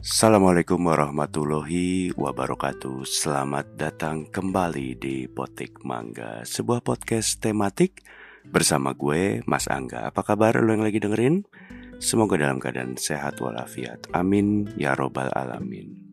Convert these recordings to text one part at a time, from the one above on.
Assalamualaikum warahmatullahi wabarakatuh. Selamat datang kembali di Potik Mangga, sebuah podcast tematik bersama gue, Mas Angga. Apa kabar lo yang lagi dengerin? Semoga dalam keadaan sehat walafiat. Amin ya robbal alamin.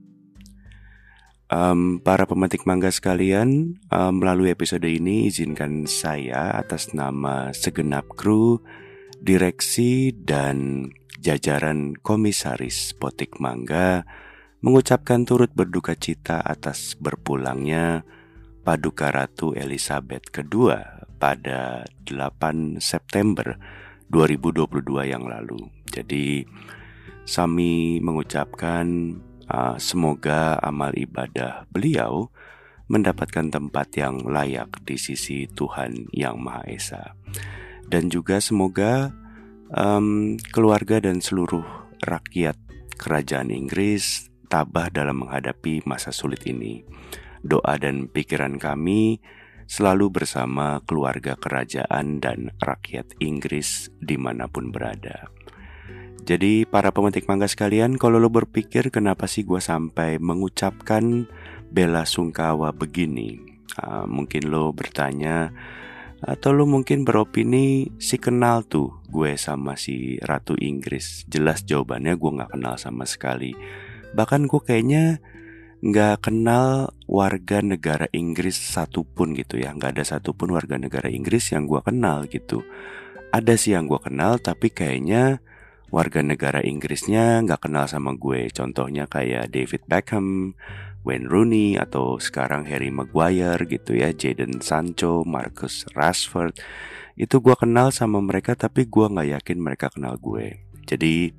Para pemetik mangga sekalian, melalui episode ini izinkan saya atas nama segenap kru, direksi, dan jajaran komisaris Potik Mangga mengucapkan turut berduka cita atas berpulangnya Paduka Ratu Elizabeth II pada 8 September 2022 yang lalu. Jadi, kami mengucapkan semoga amal ibadah beliau mendapatkan tempat yang layak di sisi Tuhan Yang Maha Esa. Dan juga semoga keluarga dan seluruh rakyat kerajaan Inggris tabah dalam menghadapi masa sulit ini. Doa dan pikiran kami selalu bersama keluarga kerajaan dan rakyat Inggris dimanapun berada. Jadi para pemetik mangga sekalian, kalau lo berpikir kenapa sih gue sampai mengucapkan bela sungkawa begini, mungkin lo bertanya, atau lo mungkin beropini si kenal tuh gue sama si Ratu Inggris. Jelas jawabannya gue gak kenal sama sekali. Bahkan gue kayaknya gak kenal warga negara Inggris satupun gitu ya. Gak ada satupun warga negara Inggris yang gue kenal gitu. Ada sih yang gue kenal, tapi kayaknya warga negara Inggrisnya gak kenal sama gue. Contohnya kayak David Beckham, Wayne Rooney, atau sekarang Harry Maguire gitu ya, Jadon Sancho, Marcus Rashford. Itu gue kenal sama mereka, tapi gue gak yakin mereka kenal gue. Jadi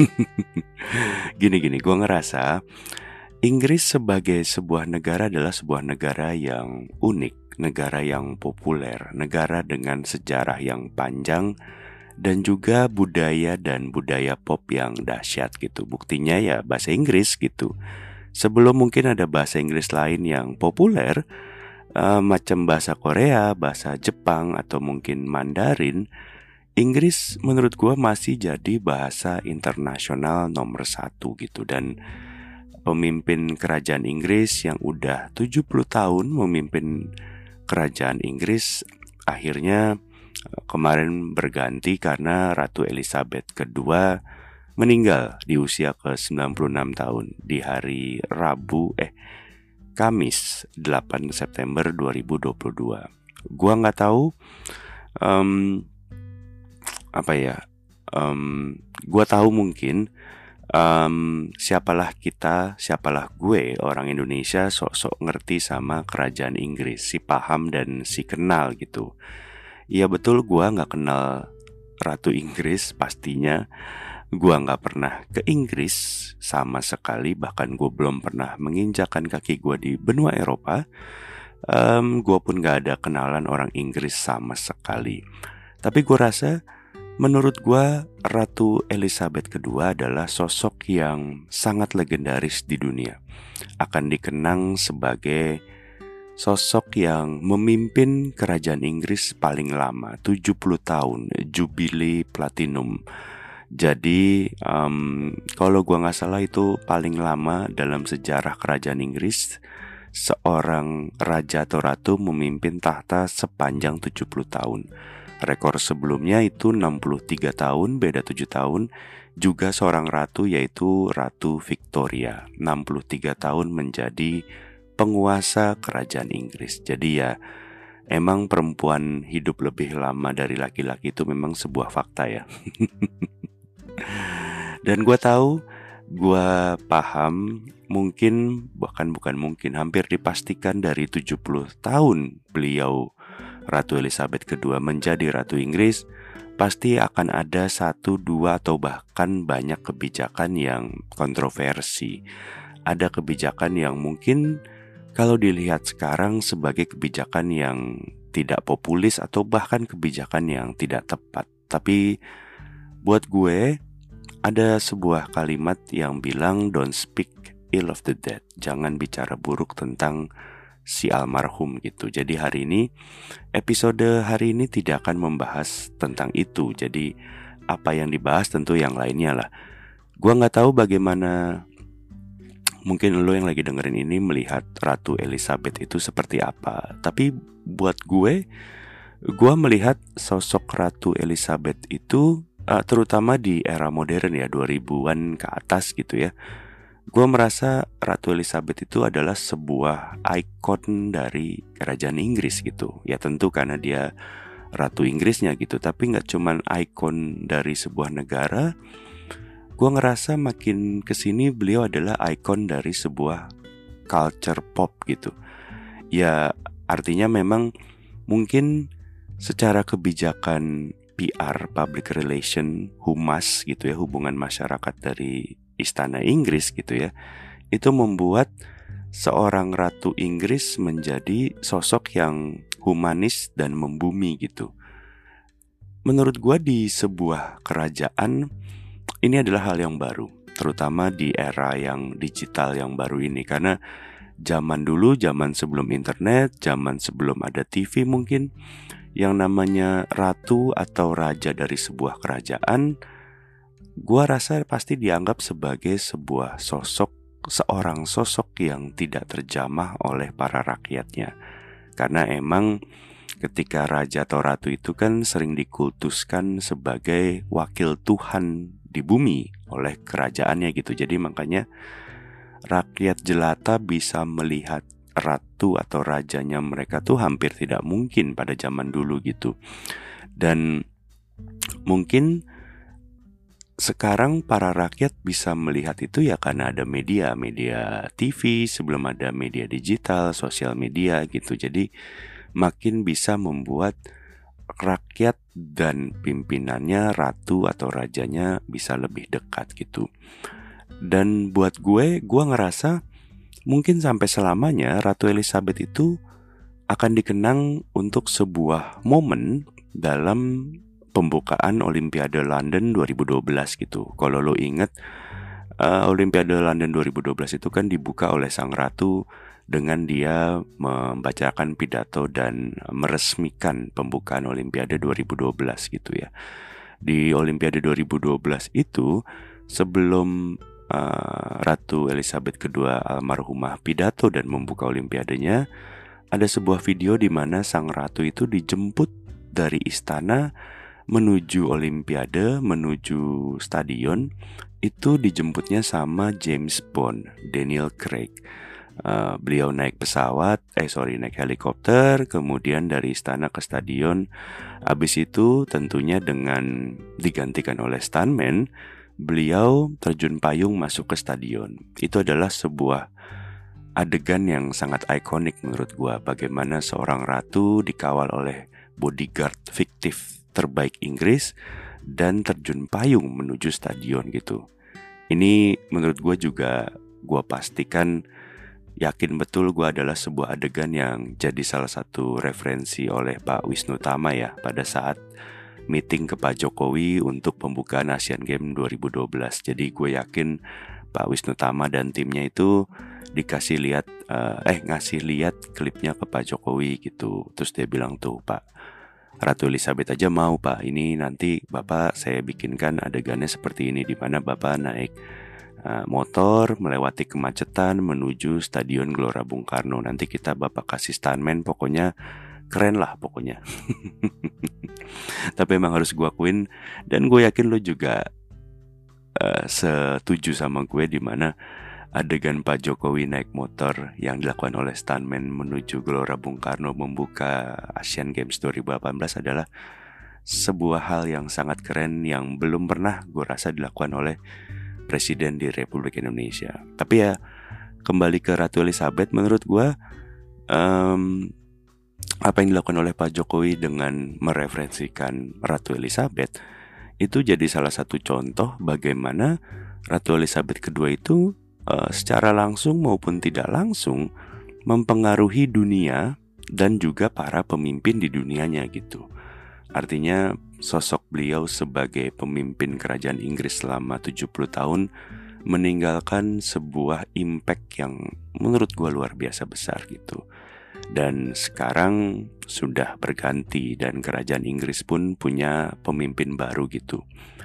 gini, gue ngerasa Inggris sebagai sebuah negara adalah sebuah negara yang unik, negara yang populer, negara dengan sejarah yang panjang, dan juga budaya pop yang dahsyat gitu. Buktinya ya bahasa Inggris gitu. Sebelum mungkin ada bahasa Inggris lain yang populer, macam bahasa Korea, bahasa Jepang, atau mungkin Mandarin, Inggris menurut gue masih jadi bahasa internasional nomor 1 gitu. Dan pemimpin kerajaan Inggris yang udah 70 tahun memimpin kerajaan Inggris akhirnya kemarin berganti karena Ratu Elizabeth II meninggal di usia ke-96 tahun di hari Kamis 8 September 2022. Gua gak tahu gua tahu mungkin siapalah gue orang Indonesia sok-sok ngerti sama kerajaan Inggris, si paham dan si kenal gitu. Iya betul, gua gak kenal Ratu Inggris pastinya. Gua gak pernah ke Inggris sama sekali. Bahkan gue belum pernah menginjakkan kaki gue di benua Eropa. Gue pun gak ada kenalan orang Inggris sama sekali. Tapi gue rasa menurut gue Ratu Elizabeth II adalah sosok yang sangat legendaris di dunia. Akan dikenang sebagai sosok yang memimpin kerajaan Inggris paling lama, 70 tahun, Jubilee Platinum. Jadi kalau gue gak salah itu paling lama dalam sejarah kerajaan Inggris. Seorang raja atau ratu memimpin tahta sepanjang 70 tahun. Rekor sebelumnya itu 63 tahun, beda 7 tahun. Juga seorang ratu yaitu Ratu Victoria, 63 tahun menjadi penguasa kerajaan Inggris. Jadi ya emang perempuan hidup lebih lama dari laki-laki itu memang sebuah fakta ya. Dan gue tahu, gue paham, hampir dipastikan dari 70 tahun beliau Ratu Elizabeth II menjadi Ratu Inggris, pasti akan ada 1, 2, atau bahkan banyak kebijakan yang kontroversi. Ada kebijakan yang mungkin kalau dilihat sekarang sebagai kebijakan yang tidak populis atau bahkan kebijakan yang tidak tepat. Tapi buat gue ada sebuah kalimat yang bilang don't speak ill of the dead. Jangan bicara buruk tentang si almarhum gitu. Jadi episode hari ini tidak akan membahas tentang itu. Jadi apa yang dibahas tentu yang lainnya lah. Gua gak tahu bagaimana mungkin lo yang lagi dengerin ini melihat Ratu Elizabeth itu seperti apa. Tapi buat gue melihat sosok Ratu Elizabeth itu terutama di era modern ya, 2000-an ke atas gitu ya. Gue merasa Ratu Elizabeth itu adalah sebuah ikon dari kerajaan Inggris gitu. Ya tentu karena dia Ratu Inggrisnya gitu, tapi gak cuman ikon dari sebuah negara. Gue ngerasa makin kesini beliau adalah ikon dari sebuah culture pop gitu. Ya artinya memang mungkin secara kebijakan PR, public relation, humas gitu ya, hubungan masyarakat dari istana Inggris gitu ya, itu membuat seorang Ratu Inggris menjadi sosok yang humanis dan membumi gitu. Menurut gue di sebuah kerajaan ini adalah hal yang baru, terutama di era yang digital yang baru ini. Karena zaman dulu, zaman sebelum internet, zaman sebelum ada TV mungkin, yang namanya ratu atau raja dari sebuah kerajaan, gua rasa pasti dianggap sebagai sebuah seorang sosok yang tidak terjamah oleh para rakyatnya. Karena emang ketika raja atau ratu itu kan sering dikultuskan sebagai wakil Tuhan di bumi oleh kerajaannya gitu. Jadi makanya rakyat jelata bisa melihat ratu atau rajanya mereka tuh hampir tidak mungkin pada zaman dulu gitu. Dan mungkin sekarang para rakyat bisa melihat itu ya karena ada media TV, sebelum ada media digital, sosial media gitu. Jadi makin bisa membuat rakyat dan pimpinannya, ratu atau rajanya bisa lebih dekat gitu. Dan buat gue ngerasa mungkin sampai selamanya Ratu Elizabeth itu akan dikenang untuk sebuah momen dalam pembukaan Olimpiade London 2012 gitu. Kalau lo inget, Olimpiade London 2012 itu kan dibuka oleh sang ratu dengan dia membacakan pidato dan meresmikan pembukaan Olimpiade 2012 gitu ya. Di Olimpiade 2012 itu, sebelum Ratu Elizabeth II almarhumah pidato dan membuka Olimpiadenya, ada sebuah video di mana sang ratu itu dijemput dari istana menuju Olimpiade, menuju stadion. Itu dijemputnya sama James Bond, Daniel Craig. Beliau naik naik helikopter, kemudian dari istana ke stadion. Habis itu tentunya dengan digantikan oleh stuntman, beliau terjun payung masuk ke stadion. Itu adalah sebuah adegan yang sangat ikonik menurut gua. Bagaimana seorang ratu dikawal oleh bodyguard fiktif terbaik Inggris dan terjun payung menuju stadion gitu. Ini menurut gua juga, gua pastikan yakin betul gua adalah sebuah adegan yang jadi salah satu referensi oleh Pak Wisnu Tama ya pada saat meeting ke Pak Jokowi untuk pembukaan Asian Games 2012. Jadi gue yakin Pak Wisnu Tama dan timnya itu ngasih lihat klipnya ke Pak Jokowi gitu. Terus dia bilang tuh, Pak, Ratu Elizabeth aja mau Pak, ini nanti Bapak saya bikinkan adegannya seperti ini, di mana Bapak naik motor melewati kemacetan menuju Stadion Gelora Bung Karno. Nanti kita Bapak kasih stuntman, pokoknya keren lah pokoknya. Tapi emang harus gue akuin, dan gue yakin lo juga setuju sama gue, di mana adegan Pak Jokowi naik motor yang dilakukan oleh stuntman menuju Gelora Bung Karno membuka Asian Games 2018 adalah sebuah hal yang sangat keren yang belum pernah gue rasa dilakukan oleh presiden di Republik Indonesia. Tapi ya kembali ke Ratu Elizabeth, menurut gue apa yang dilakukan oleh Pak Jokowi dengan mereferensikan Ratu Elizabeth itu jadi salah satu contoh bagaimana Ratu Elizabeth II itu secara langsung maupun tidak langsung mempengaruhi dunia dan juga para pemimpin di dunianya gitu. Artinya sosok beliau sebagai pemimpin kerajaan Inggris selama 70 tahun meninggalkan sebuah impact yang menurut gue luar biasa besar gitu. Dan sekarang sudah berganti dan kerajaan Inggris pun punya pemimpin baru gitu.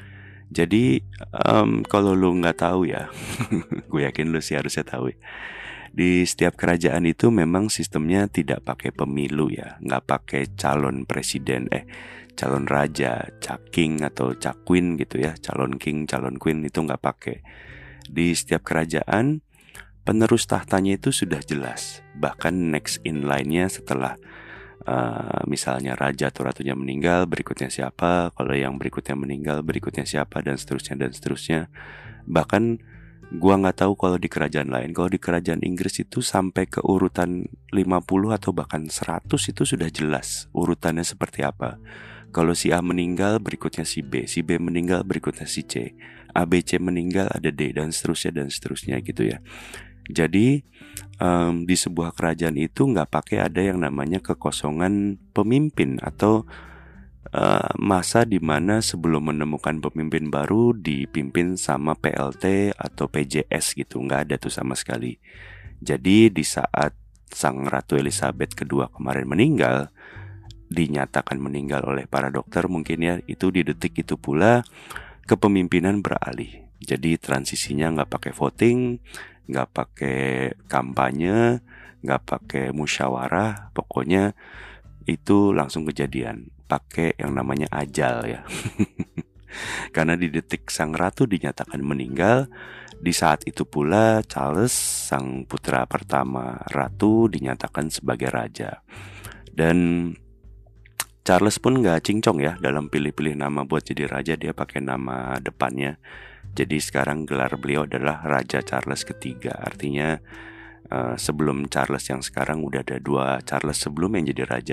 Jadi kalau lu nggak tahu ya, gue yakin lu sih harusnya tahu ya. Di setiap kerajaan itu memang sistemnya tidak pakai pemilu ya, nggak pakai calon presiden, calon raja, caking atau caquin gitu ya, calon king, calon queen itu nggak pakai. Di setiap kerajaan penerus tahtanya itu sudah jelas, bahkan next in line-nya setelah misalnya raja atau ratunya meninggal, berikutnya siapa, kalau yang berikutnya meninggal, berikutnya siapa, dan seterusnya dan seterusnya. Bahkan gua nggak tahu kalau di kerajaan lain. Kalau di kerajaan Inggris itu sampai ke urutan 50 atau bahkan 100 itu sudah jelas urutannya seperti apa. Kalau si A meninggal, berikutnya si B meninggal, berikutnya si C, A, B, C meninggal, ada D, dan seterusnya gitu ya. Jadi di sebuah kerajaan itu nggak pakai ada yang namanya kekosongan pemimpin atau masa di mana sebelum menemukan pemimpin baru dipimpin sama PLT atau PJS gitu, nggak ada tuh sama sekali. Jadi di saat Sang Ratu Elizabeth kedua kemarin meninggal, dinyatakan meninggal oleh para dokter mungkin ya, itu di detik itu pula kepemimpinan beralih. Jadi transisinya nggak pakai voting, nggak pakai kampanye, nggak pakai musyawarah, pokoknya itu langsung kejadian. Pakai yang namanya ajal ya. Karena di detik sang ratu dinyatakan meninggal, di saat itu pula Charles, sang putra pertama ratu, dinyatakan sebagai raja. Dan Charles pun gak cincong ya dalam pilih-pilih nama buat jadi raja, dia pakai nama depannya. Jadi sekarang gelar beliau adalah Raja Charles ketiga. Artinya sebelum Charles yang sekarang udah ada 2 Charles sebelum yang jadi raja.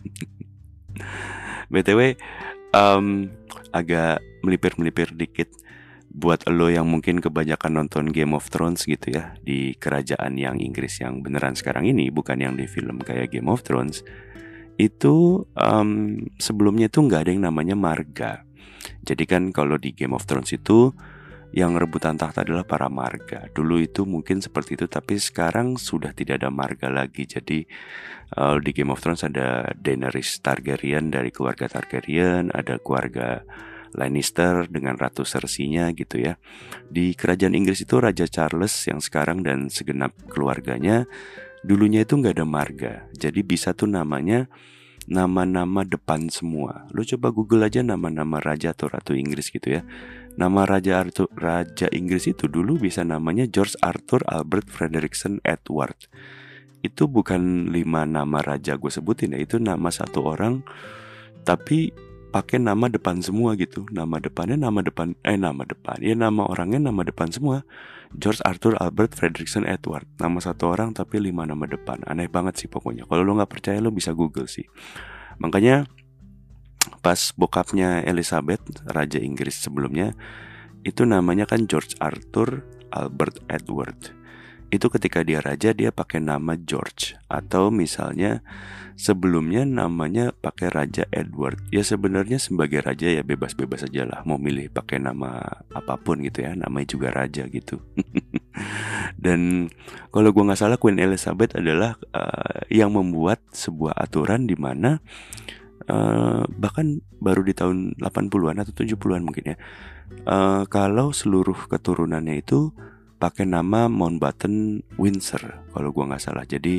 BTW agak melipir-melipir dikit buat lo yang mungkin kebanyakan nonton Game of Thrones gitu ya, di kerajaan yang Inggris yang beneran sekarang ini, bukan yang di film kayak Game of Thrones. Itu sebelumnya tuh nggak ada yang namanya marga. Jadi kan kalau di Game of Thrones itu yang rebutan tahta adalah para marga. Dulu itu mungkin seperti itu, tapi sekarang sudah tidak ada marga lagi. Jadi di Game of Thrones ada Daenerys Targaryen dari keluarga Targaryen, ada keluarga Lannister dengan Ratu Cersei-nya gitu ya. Di kerajaan Inggris itu Raja Charles yang sekarang dan segenap keluarganya dulunya itu nggak ada marga. Jadi bisa tuh namanya nama-nama depan semua. Lo coba Google aja nama-nama raja atau ratu Inggris gitu ya. Nama Raja Inggris itu dulu bisa namanya George Arthur Albert Frederickson Edward. Itu bukan 5 nama raja gue sebutin ya, itu nama satu orang tapi pakai nama depan semua gitu. Nama depannya nama depan ya nama orangnya nama depan semua. George Arthur Albert Frederickson Edward. Nama satu orang tapi 5 nama depan. Aneh banget sih pokoknya. Kalau lo gak percaya lo bisa Google sih. Makanya pas bokapnya Elizabeth, Raja Inggris sebelumnya, itu namanya kan George Arthur Albert Edward. Itu ketika dia raja dia pakai nama George. Atau misalnya sebelumnya namanya pakai Raja Edward. Ya sebenarnya sebagai raja ya bebas-bebas aja lah, mau milih pakai nama apapun gitu ya, namanya juga raja gitu. Dan kalau gue gak salah Queen Elizabeth adalah yang membuat sebuah aturan di mana bahkan baru di tahun 80-an atau 70-an mungkin ya, kalau seluruh keturunannya itu pakai nama Mountbatten Windsor kalau gue nggak salah. Jadi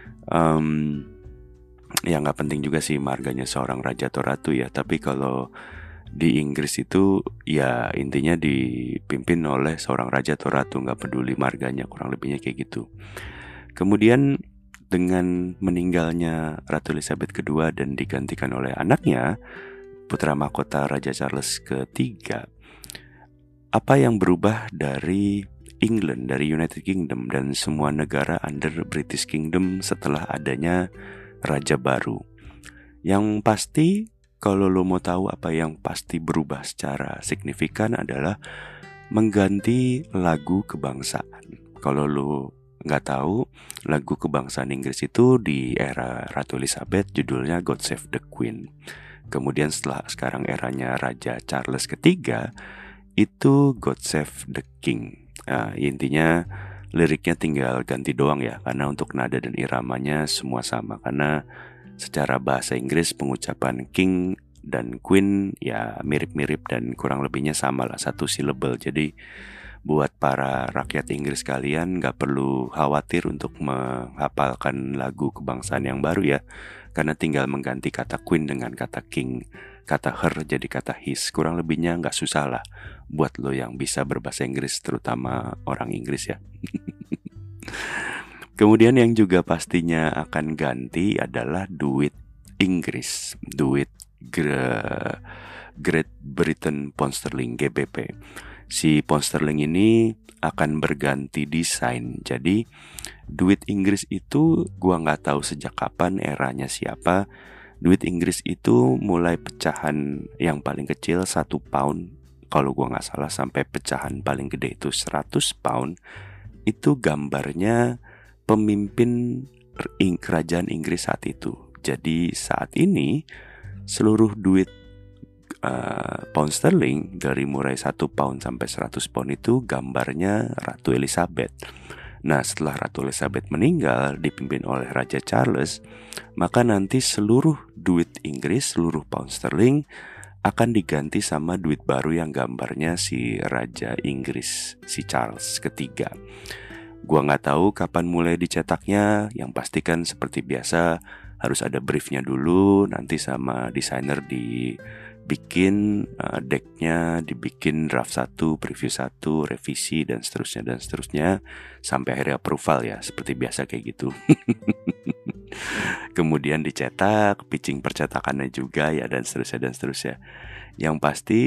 ya nggak penting juga sih marganya seorang raja atau ratu ya, tapi kalau di Inggris itu ya intinya dipimpin oleh seorang raja atau ratu, nggak peduli marganya, kurang lebihnya kayak gitu. Kemudian dengan meninggalnya Ratu Elizabeth II dan digantikan oleh anaknya, putra mahkota Raja Charles ketiga, apa yang berubah dari England, dari United Kingdom dan semua negara under British Kingdom setelah adanya raja baru? Yang pasti, kalau lo mau tahu apa yang pasti berubah secara signifikan adalah mengganti lagu kebangsaan. Kalau lo nggak tahu, lagu kebangsaan Inggris itu di era Ratu Elizabeth judulnya God Save the Queen. Kemudian setelah sekarang eranya Raja Charles ketiga itu God Save the King. Nah, intinya liriknya tinggal ganti doang ya, karena untuk nada dan iramanya semua sama. Karena secara bahasa Inggris pengucapan King dan Queen ya mirip-mirip dan kurang lebihnya sama lah, satu syllable. Jadi buat para rakyat Inggris kalian gak perlu khawatir untuk menghafalkan lagu kebangsaan yang baru ya, karena tinggal mengganti kata Queen dengan kata King, kata her jadi kata his. Kurang lebihnya gak susah lah buat lo yang bisa berbahasa Inggris, terutama orang Inggris ya. Kemudian yang juga pastinya akan ganti adalah duit Inggris, duit Great Britain Pound Sterling GBP. Si pound sterling ini akan berganti desain. Jadi duit Inggris itu gua nggak tahu sejak kapan, eranya siapa. Duit Inggris itu mulai pecahan yang paling kecil 1 pound, kalau gua nggak salah, sampai pecahan paling gede itu 100 pound. Itu gambarnya pemimpin kerajaan Inggris saat itu. Jadi saat ini seluruh duit pound sterling dari mulai 1 pound sampai 100 pound itu gambarnya Ratu Elizabeth. Nah, setelah Ratu Elizabeth meninggal dipimpin oleh Raja Charles, maka nanti seluruh duit Inggris, seluruh pound sterling akan diganti sama duit baru yang gambarnya si Raja Inggris, si Charles ketiga. Gua nggak tahu kapan mulai dicetaknya. Yang pastikan seperti biasa harus ada briefnya dulu, nanti sama desainer dibikin decknya, dibikin draft 1, preview 1, revisi dan seterusnya sampai akhirnya approval ya, seperti biasa kayak gitu. Kemudian dicetak, pitching percetakannya juga ya, dan seterusnya. Yang pasti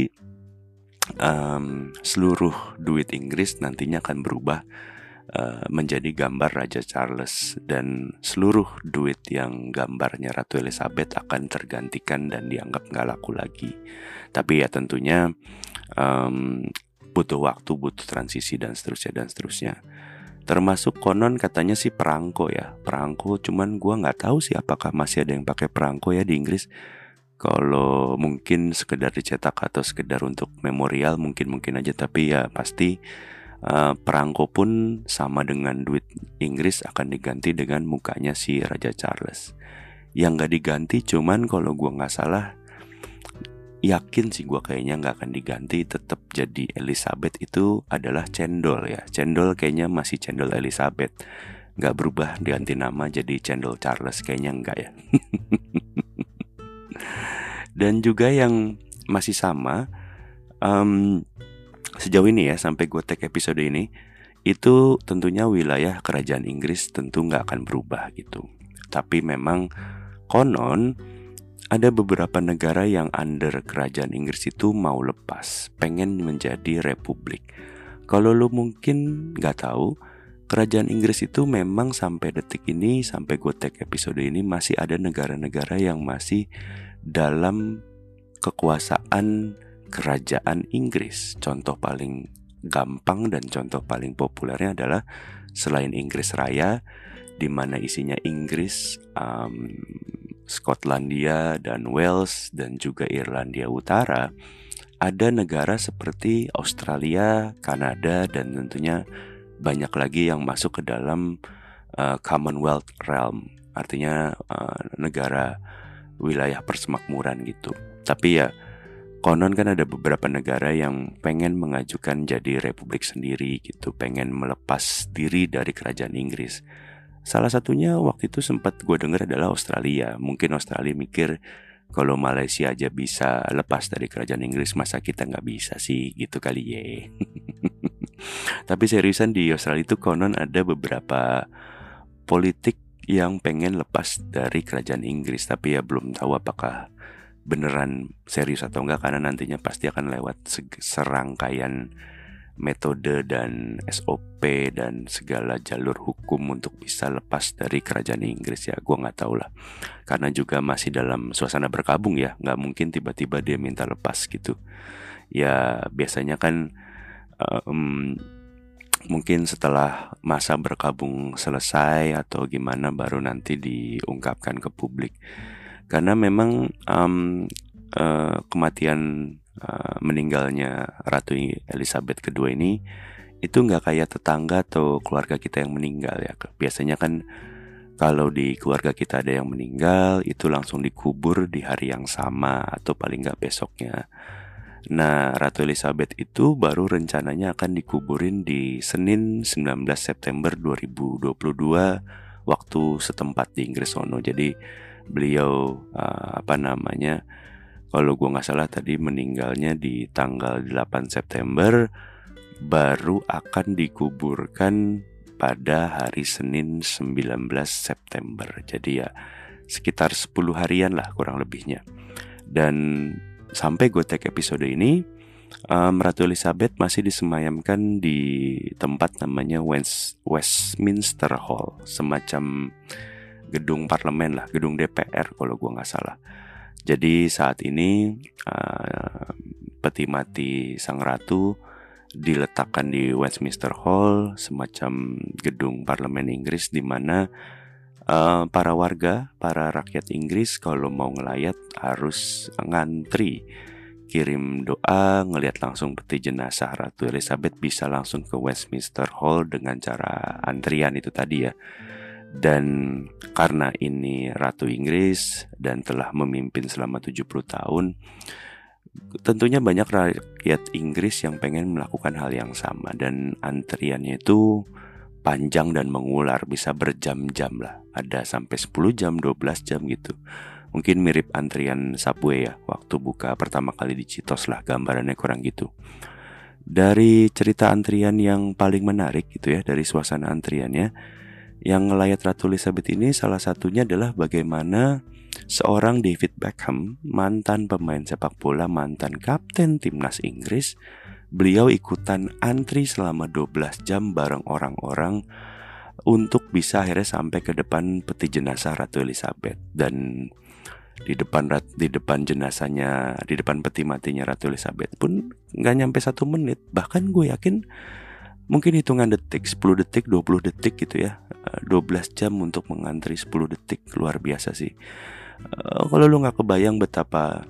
seluruh duit Inggris nantinya akan berubah menjadi gambar Raja Charles, dan seluruh duit yang gambarnya Ratu Elizabeth akan tergantikan dan dianggap gak laku lagi. Tapi ya tentunya butuh waktu, butuh transisi dan seterusnya. Termasuk konon katanya sih perangko ya, perangko. Cuman gua nggak tahu sih apakah masih ada yang pakai perangko ya di Inggris. Kalau mungkin sekedar dicetak atau sekedar untuk memorial mungkin aja, tapi ya pasti perangko pun sama dengan duit Inggris akan diganti dengan mukanya si Raja Charles. Yang gak diganti cuman kalau gue gak salah, yakin sih gue kayaknya gak akan diganti, tetap jadi Elizabeth itu adalah cendol ya. Cendol kayaknya masih cendol Elizabeth, gak berubah diganti nama jadi cendol Charles, kayaknya enggak ya. Dan juga yang masih sama sejauh ini ya, sampai gue take episode ini, itu tentunya wilayah kerajaan Inggris tentu gak akan berubah gitu. Tapi memang konon ada beberapa negara yang under kerajaan Inggris itu mau lepas, pengen menjadi republik. Kalau lo mungkin gak tahu, kerajaan Inggris itu memang sampai detik ini, sampai gue take episode ini, masih ada negara-negara yang masih dalam kekuasaan kerajaan Inggris. Contoh paling gampang dan contoh paling populernya adalah selain Inggris Raya, di mana isinya Inggris, Skotlandia dan Wales dan juga Irlandia Utara, ada negara seperti Australia, Kanada, dan tentunya banyak lagi yang masuk ke dalam Commonwealth realm, artinya negara wilayah persemakmuran gitu. Tapi ya konon kan ada beberapa negara yang pengen mengajukan jadi republik sendiri gitu, pengen melepas diri dari kerajaan Inggris. Salah satunya waktu itu sempat gue dengar adalah Australia. Mungkin Australia mikir kalau Malaysia aja bisa lepas dari kerajaan Inggris, masa kita gak bisa sih gitu kali ya. Tapi seriusan di Australia itu konon ada beberapa politik yang pengen lepas dari kerajaan Inggris. Tapi ya belum tahu apakah beneran serius atau enggak, karena nantinya pasti akan lewat serangkaian metode dan SOP dan segala jalur hukum untuk bisa lepas dari kerajaan Inggris ya. Gue gak tahu lah, karena juga masih dalam suasana berkabung ya, gak mungkin tiba-tiba dia minta lepas gitu. Ya biasanya kan mungkin setelah masa berkabung selesai atau gimana baru nanti diungkapkan ke publik. Karena memang kematian meninggalnya Ratu Elizabeth II ini itu nggak kayak tetangga atau keluarga kita yang meninggal ya. Biasanya kan Kalau di keluarga kita ada yang meninggal, itu langsung dikubur di hari yang sama atau paling nggak besoknya. Nah, Ratu Elizabeth itu baru rencananya akan dikuburin di Senin 19 September 2022 waktu setempat di Inggris sono. Jadi beliau kalau gue nggak salah tadi meninggalnya di tanggal 8 September, baru akan dikuburkan pada hari Senin 19 September. Jadi ya sekitar 10 harian lah kurang lebihnya. Dan sampai gue take episode ini, Ratu Elizabeth masih disemayamkan di tempat namanya Westminster Hall, semacam gedung parlemen lah, gedung DPR kalau gue nggak salah. Jadi saat ini peti mati sang ratu diletakkan di Westminster Hall, semacam gedung parlemen Inggris, di mana para warga, para rakyat Inggris kalau mau ngelayat harus ngantri, kirim doa, ngelihat langsung peti jenazah Ratu Elizabeth, bisa langsung ke Westminster Hall dengan cara antrian itu tadi ya. Dan karena ini Ratu Inggris dan telah memimpin selama 70 tahun, tentunya banyak rakyat Inggris yang pengen melakukan hal yang sama. Dan antriannya itu panjang dan mengular, bisa berjam-jam lah. Ada sampai 10 jam, 12 jam gitu. Mungkin mirip antrian subway ya, waktu buka pertama kali di Citos lah, gambarannya kurang gitu. Dari cerita antrian yang paling menarik gitu ya, dari suasana antriannya, yang ngelayat Ratu Elizabeth ini salah satunya adalah bagaimana seorang David Beckham, mantan pemain sepak bola, mantan kapten timnas Inggris, beliau ikutan antri selama 12 jam bareng orang-orang untuk bisa akhirnya sampai ke depan peti jenazah Ratu Elizabeth. Dan di depan jenazahnya, di depan peti matinya Ratu Elizabeth pun nggak nyampe 1 menit. Bahkan gue yakin mungkin hitungan detik, 10 detik, 20 detik gitu ya. 12 jam untuk mengantri 10 detik, luar biasa sih. Kalau lu gak kebayang betapa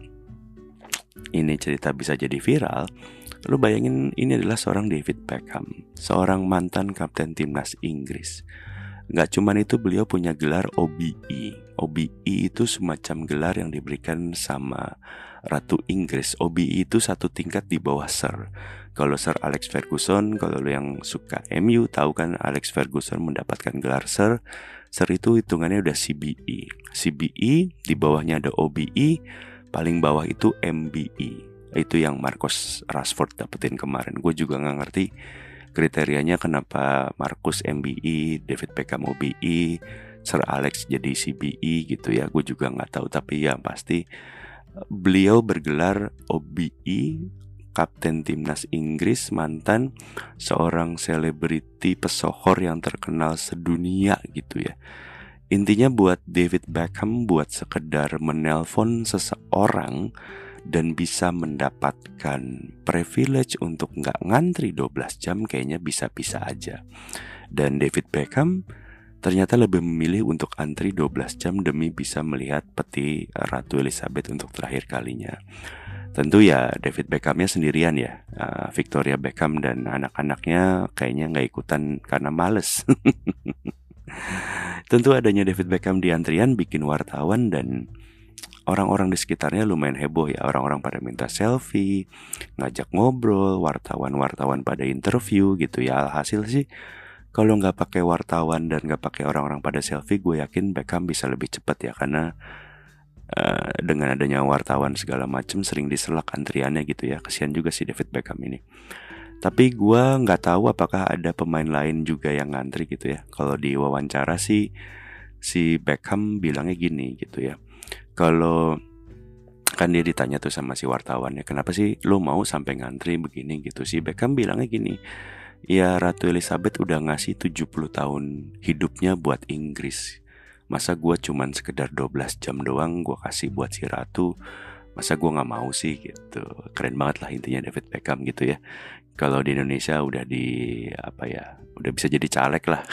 ini cerita bisa jadi viral, lu bayangin ini adalah seorang David Beckham, seorang mantan kapten timnas Inggris. Gak cuman itu, beliau punya gelar OBE. OBE itu semacam gelar yang diberikan sama Ratu Inggris. OBE itu satu tingkat di bawah Sir. Kalau Sir Alex Ferguson, kalau lo yang suka MU tahu kan Alex Ferguson mendapatkan gelar Sir. Sir itu hitungannya udah CBE. CBE, di bawahnya ada OBE, paling bawah itu MBE. Itu yang Marcus Rashford dapetin kemarin. Gue juga gak ngerti kriterianya kenapa Marcus MBE, David Beckham OBE, Sir Alex jadi CBE gitu ya. Gue juga gak tahu, tapi ya pasti beliau bergelar OBE, kapten timnas Inggris, mantan seorang selebriti pesohor yang terkenal sedunia gitu ya. Intinya buat David Beckham, buat sekedar menelpon seseorang dan bisa mendapatkan privilege untuk gak ngantri 12 jam kayaknya bisa-bisa aja. Dan David Beckham ternyata lebih memilih untuk antri 12 jam demi bisa melihat peti Ratu Elizabeth untuk terakhir kalinya. Tentu ya David Beckhamnya sendirian ya. Victoria Beckham dan anak-anaknya kayaknya gak ikutan karena males. Tentu adanya David Beckham di antrian bikin wartawan dan orang-orang di sekitarnya lumayan heboh ya. Orang-orang pada minta selfie, ngajak ngobrol, wartawan-wartawan pada interview gitu ya. Alhasil sih kalau gak pakai wartawan dan gak pakai orang-orang pada selfie, gue yakin Beckham bisa lebih cepat ya. Karena dengan adanya wartawan segala macam sering diselak antriannya gitu ya. Kasihan juga si David Beckham ini. Tapi gue gak tahu apakah ada pemain lain juga yang ngantri gitu ya. Kalau di wawancara sih si Beckham bilangnya gini gitu ya. Kalau kan dia ditanya tuh sama si wartawannya, kenapa sih lo mau sampai ngantri begini gitu. Si Beckham bilangnya gini, ya Ratu Elizabeth udah ngasih 70 tahun hidupnya buat Inggris. Masa gue cuman sekedar 12 jam doang gue kasih buat si Ratu, masa gue gak mau sih gitu. Keren banget lah intinya David Beckham gitu ya. Kalau di Indonesia udah udah bisa jadi caleg lah.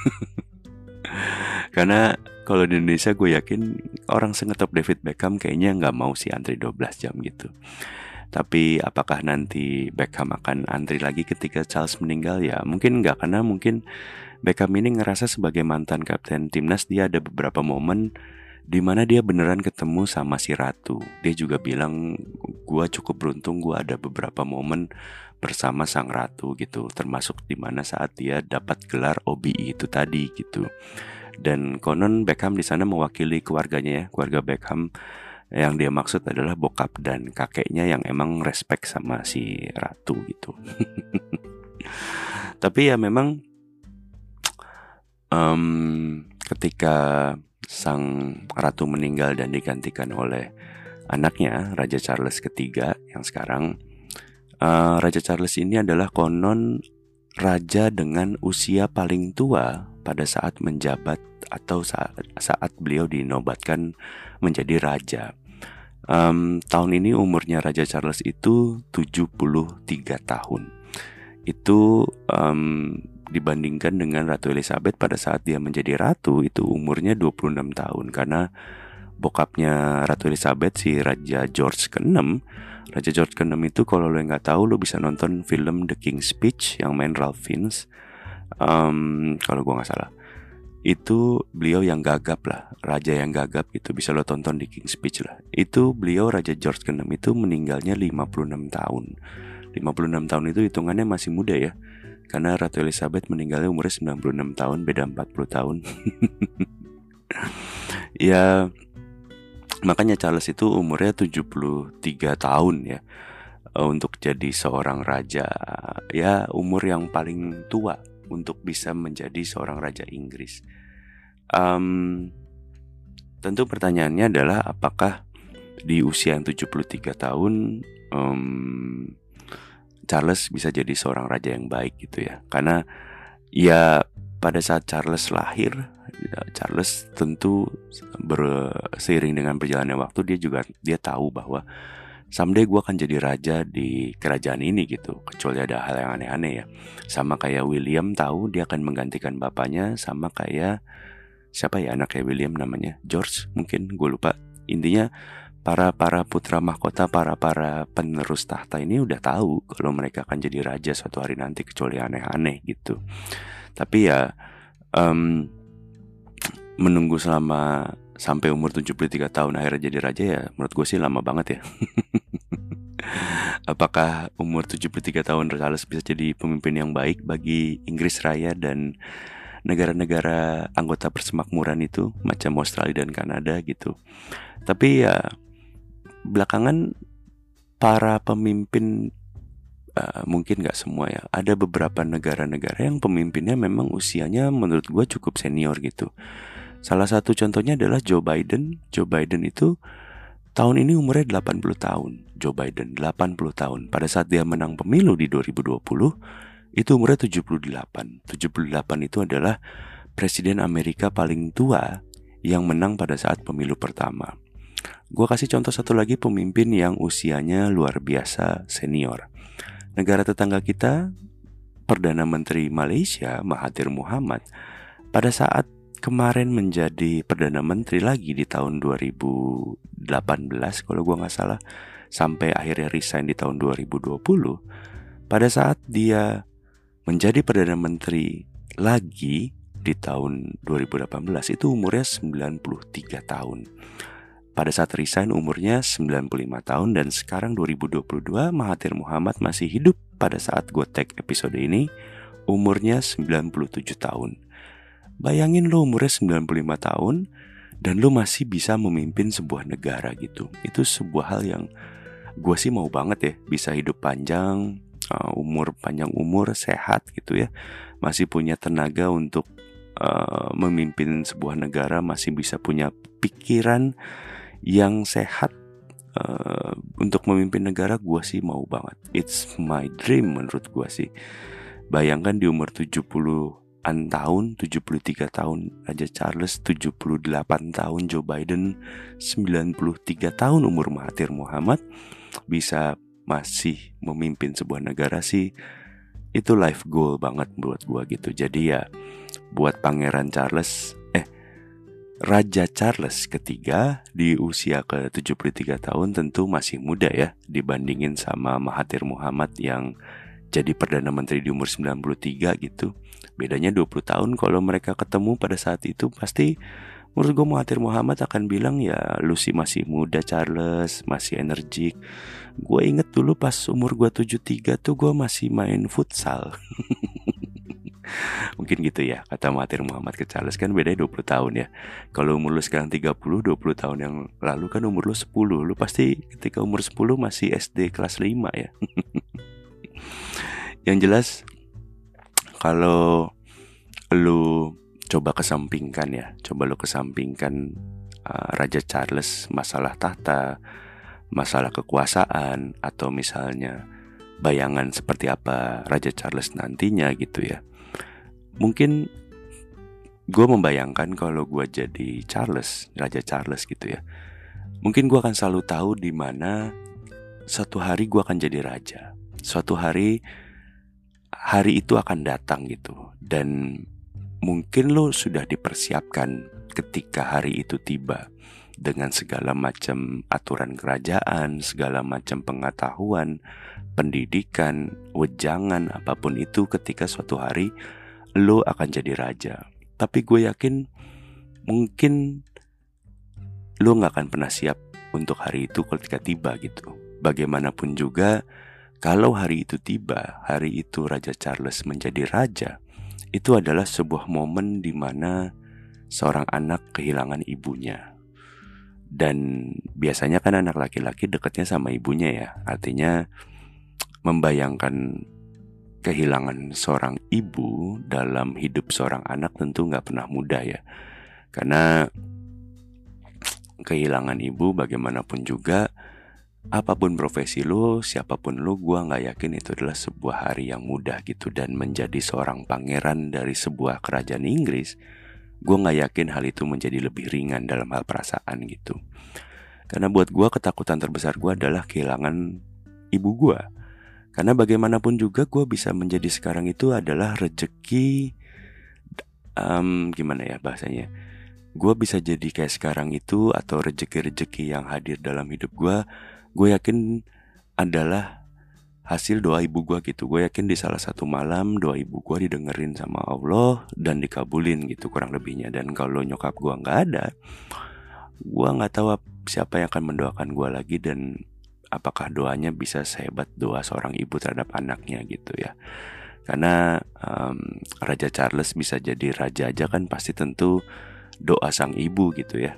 Karena kalau di Indonesia gue yakin orang sengetop David Beckham kayaknya gak mau sih antri 12 jam gitu. Tapi apakah nanti Beckham akan antri lagi ketika Charles meninggal? Ya mungkin enggak, karena mungkin Beckham ini ngerasa sebagai mantan kapten timnas, dia ada beberapa momen di mana dia beneran ketemu sama si Ratu. Dia juga bilang, gua cukup beruntung, gua ada beberapa momen bersama sang Ratu gitu, termasuk di mana saat dia dapat gelar OBE itu tadi gitu. Dan konon Beckham di sana mewakili keluarganya ya, keluarga Beckham. Yang dia maksud adalah bokap dan kakeknya yang emang respect sama si Ratu gitu. Tapi ya memang ketika sang Ratu meninggal dan digantikan oleh anaknya, Raja Charles III yang sekarang, Raja Charles ini adalah konon raja dengan usia paling tua pada saat menjabat atau saat beliau dinobatkan menjadi raja. Tahun ini umurnya Raja Charles itu 73 tahun. Itu dibandingkan dengan Ratu Elizabeth pada saat dia menjadi ratu, itu umurnya 26 tahun. Karena bokapnya Ratu Elizabeth, si Raja George ke-6, Raja George ke-6 itu kalau lo nggak tahu, lo bisa nonton film The King's Speech yang main Ralph Fiennes. Kalau gue nggak salah, itu beliau yang gagap lah, raja yang gagap gitu. Bisa lo tonton di King's Speech lah. Itu beliau Raja George ke-6 itu meninggalnya 56 tahun. 56 tahun itu hitungannya masih muda ya. Karena Ratu Elizabeth meninggalnya umurnya 96 tahun, beda 40 tahun. Ya, makanya Charles itu umurnya 73 tahun ya. Untuk jadi seorang raja, ya umur yang paling tua untuk bisa menjadi seorang raja Inggris. Tentu pertanyaannya adalah apakah di usia yang 73 tahun Charles bisa jadi seorang raja yang baik gitu ya. Karena ya pada saat Charles lahir, Charles tentu seiring dengan berjalannya waktu dia tahu bahwa someday gue akan jadi raja di kerajaan ini gitu. Kecuali ada hal yang aneh-aneh ya. Sama kayak William tahu dia akan menggantikan bapaknya. Sama kayak siapa ya anaknya William namanya? George mungkin, gue lupa. Intinya para putra mahkota, para penerus tahta ini udah tahu kalau mereka akan jadi raja suatu hari nanti, kecuali aneh-aneh gitu. Tapi ya menunggu sampai umur 73 tahun akhirnya jadi raja ya menurut gue sih lama banget ya. Apakah umur 73 tahun Charles bisa jadi pemimpin yang baik bagi Inggris Raya dan negara-negara anggota persemakmuran itu macam Australia dan Kanada gitu. Tapi ya belakangan para pemimpin, mungkin gak semua ya, ada beberapa negara-negara yang pemimpinnya memang usianya menurut gue cukup senior gitu. Salah satu contohnya adalah Joe Biden. Joe Biden itu tahun ini umurnya 80 tahun. Joe Biden 80 tahun. Pada saat dia menang pemilu di 2020 itu umurnya 78. 78 itu adalah presiden Amerika paling tua yang menang pada saat pemilu pertama. Gue kasih contoh satu lagi pemimpin yang usianya luar biasa senior. Negara tetangga kita, Perdana Menteri Malaysia Mahathir Mohamad, pada saat kemarin menjadi Perdana Menteri lagi di tahun 2018 kalau gue gak salah, sampai akhirnya resign di tahun 2020. Pada saat dia menjadi Perdana Menteri lagi di tahun 2018 itu umurnya 93 tahun. Pada saat resign umurnya 95 tahun. Dan sekarang 2022 Mahathir Mohamad masih hidup pada saat gue tag episode ini, umurnya 97 tahun. Bayangin lo umurnya 95 tahun dan lo masih bisa memimpin sebuah negara gitu. Itu sebuah hal yang gue sih mau banget ya. Bisa hidup panjang, panjang umur, sehat gitu ya. Masih punya tenaga untuk memimpin sebuah negara. Masih bisa punya pikiran yang sehat untuk memimpin negara. Gue sih mau banget. It's my dream menurut gue sih. Bayangkan di umur 70-an tahun, 73 tahun Raja Charles, 78 tahun Joe Biden, 93 tahun umur Mahathir Mohamad, bisa masih memimpin sebuah negara sih. Itu life goal banget buat gue gitu. Jadi ya buat Pangeran Charles, Raja Charles ketiga di usia ke-73 tahun tentu masih muda ya dibandingin sama Mahathir Mohamad yang jadi Perdana Menteri di umur 93 gitu. Bedanya 20 tahun. Kalau mereka ketemu pada saat itu, pasti menurut gue Mahathir Mohamad akan bilang, ya lu sih masih muda Charles, masih energik. Gue inget dulu pas umur gue 73 tuh gue masih main futsal. Mungkin gitu ya kata Mahathir Mohamad ke Charles, kan bedanya 20 tahun ya. Kalau umur lu sekarang 30, 20 tahun yang lalu kan umur lu 10. Lu pasti ketika umur 10 masih SD kelas 5 ya. Yang jelas, kalau lu coba lu kesampingkan Raja Charles, masalah tahta, masalah kekuasaan, atau misalnya bayangan seperti apa Raja Charles nantinya gitu ya. Mungkin gue membayangkan kalau gue jadi Raja Charles gitu ya, mungkin gue akan selalu tahu di mana suatu hari gue akan jadi raja. Suatu hari itu akan datang gitu. Dan mungkin lo sudah dipersiapkan ketika hari itu tiba, dengan segala macam aturan kerajaan, segala macam pengetahuan, pendidikan, wejangan, apapun itu, ketika suatu hari lo akan jadi raja. Tapi gue yakin mungkin lo gak akan pernah siap untuk hari itu ketika tiba gitu. Bagaimanapun juga, kalau hari itu tiba, hari itu Raja Charles menjadi raja, itu adalah sebuah momen di mana seorang anak kehilangan ibunya. Dan biasanya kan anak laki-laki dekatnya sama ibunya ya. Artinya membayangkan kehilangan seorang ibu dalam hidup seorang anak tentu gak pernah mudah ya. Karena kehilangan ibu bagaimanapun juga, apapun profesi lu, siapapun lu, gue gak yakin itu adalah sebuah hari yang mudah gitu. Dan menjadi seorang pangeran dari sebuah kerajaan Inggris, gue gak yakin hal itu menjadi lebih ringan dalam hal perasaan gitu. Karena buat gue ketakutan terbesar gue adalah kehilangan ibu gue. Karena bagaimanapun juga gue bisa menjadi sekarang itu adalah rezeki, gimana ya bahasanya, gue bisa jadi kayak sekarang itu, atau rezeki-rezeki yang hadir dalam hidup gue yakin adalah hasil doa ibu gue gitu. Gue yakin di salah satu malam doa ibu gue didengerin sama Allah dan dikabulin gitu kurang lebihnya. Dan kalau nyokap gue gak ada, gue gak tahu siapa yang akan mendoakan gue lagi, dan apakah doanya bisa sehebat doa seorang ibu terhadap anaknya gitu ya. Karena Raja Charles bisa jadi raja aja kan pasti tentu doa sang ibu gitu ya.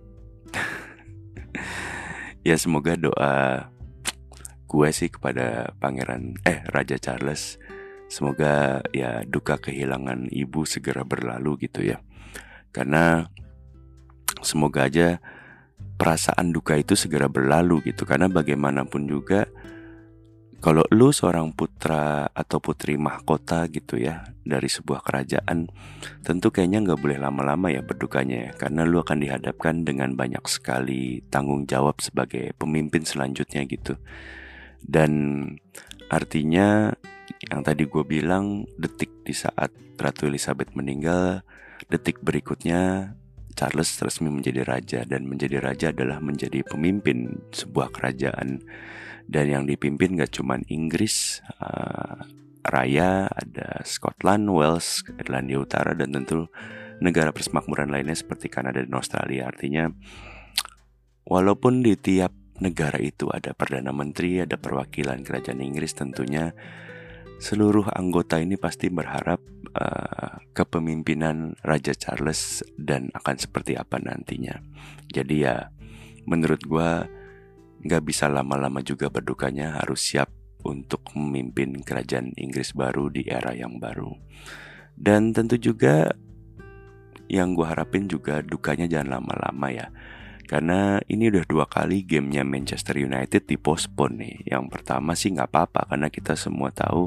Ya semoga doa gue sih kepada Raja Charles, semoga ya duka kehilangan ibu segera berlalu gitu ya. Karena semoga aja perasaan duka itu segera berlalu gitu. Karena bagaimanapun juga, kalau lu seorang putra atau putri mahkota gitu ya dari sebuah kerajaan, tentu kayaknya gak boleh lama-lama ya berdukanya ya. Karena lu akan dihadapkan dengan banyak sekali tanggung jawab sebagai pemimpin selanjutnya gitu. Dan artinya yang tadi gue bilang, detik di saat Ratu Elizabeth meninggal, detik berikutnya Charles resmi menjadi raja. Dan menjadi raja adalah menjadi pemimpin sebuah kerajaan. Dan yang dipimpin gak cuman Inggris Raya, ada Scotland, Wales, Irlandia Utara, dan tentu negara persemakmuran lainnya seperti Kanada dan Australia. Artinya walaupun di tiap negara itu ada Perdana Menteri, ada perwakilan kerajaan Inggris, tentunya seluruh anggota ini pasti berharap kepemimpinan Raja Charles dan akan seperti apa nantinya. Jadi ya menurut gue gak bisa lama-lama juga berdukanya, harus siap untuk memimpin kerajaan Inggris baru di era yang baru. Dan tentu juga yang gue harapin juga dukanya jangan lama-lama ya. Karena ini udah 2 kali gamenya Manchester United dipospon nih. Yang pertama sih gak apa-apa karena kita semua tahu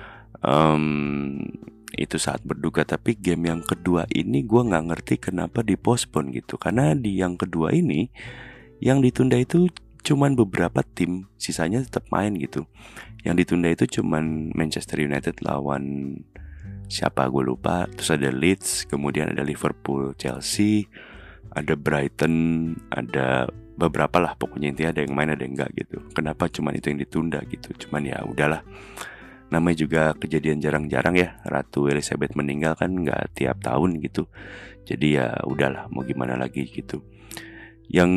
itu saat berduka. Tapi game yang kedua ini gue gak ngerti kenapa dipospon gitu. Karena di yang kedua ini yang ditunda itu cuman beberapa tim, sisanya tetap main gitu. Yang ditunda itu cuman Manchester United lawan siapa gue lupa, terus ada Leeds, kemudian ada Liverpool, Chelsea, ada Brighton, ada beberapa lah pokoknya, intinya ada yang main ada yang enggak gitu. Kenapa cuman itu yang ditunda gitu? Cuman ya udahlah. Namanya juga kejadian jarang-jarang ya, Ratu Elizabeth meninggal kan nggak tiap tahun gitu. Jadi ya udahlah, mau gimana lagi gitu. Yang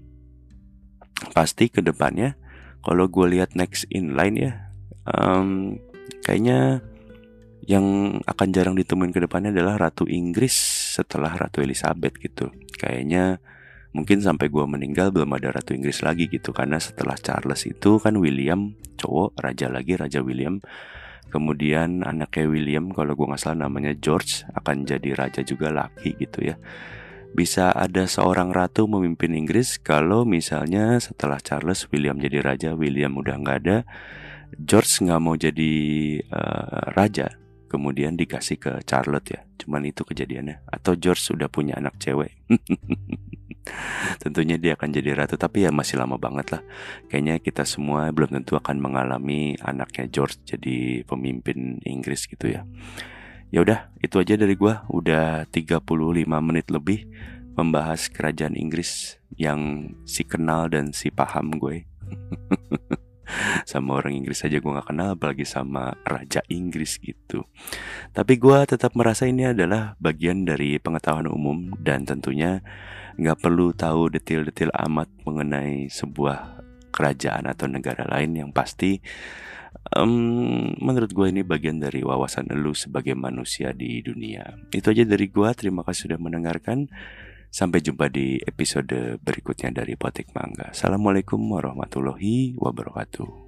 pasti ke depannya, kalau gue lihat next in line ya, kayaknya yang akan jarang ditemuin ke depannya adalah Ratu Inggris setelah Ratu Elizabeth gitu. Kayaknya mungkin sampai gue meninggal belum ada Ratu Inggris lagi gitu. Karena setelah Charles itu kan William cowok, raja lagi, Raja William. Kemudian anaknya William, kalau gue gak salah namanya George, akan jadi raja juga laki gitu ya. Bisa ada seorang ratu memimpin Inggris kalau misalnya setelah Charles, William jadi raja, William udah gak ada, George gak mau jadi raja, kemudian dikasih ke Charlotte ya. Cuman itu kejadiannya. Atau George sudah punya anak cewek. Tentunya dia akan jadi ratu, tapi ya masih lama banget lah. Kayaknya kita semua belum tentu akan mengalami anaknya George jadi pemimpin Inggris gitu ya. Ya udah, itu aja dari gua. Udah 35 menit lebih membahas kerajaan Inggris yang si kenal dan si paham gue. Sama orang Inggris aja gue gak kenal, apalagi sama Raja Inggris gitu. Tapi gue tetap merasa ini adalah bagian dari pengetahuan umum. Dan tentunya gak perlu tahu detail-detail amat mengenai sebuah kerajaan atau negara lain. Yang pasti menurut gue ini bagian dari wawasan elu sebagai manusia di dunia. Itu aja dari gue, terima kasih sudah mendengarkan. Sampai jumpa di episode berikutnya dari Potik Mangga. Assalamualaikum warahmatullahi wabarakatuh.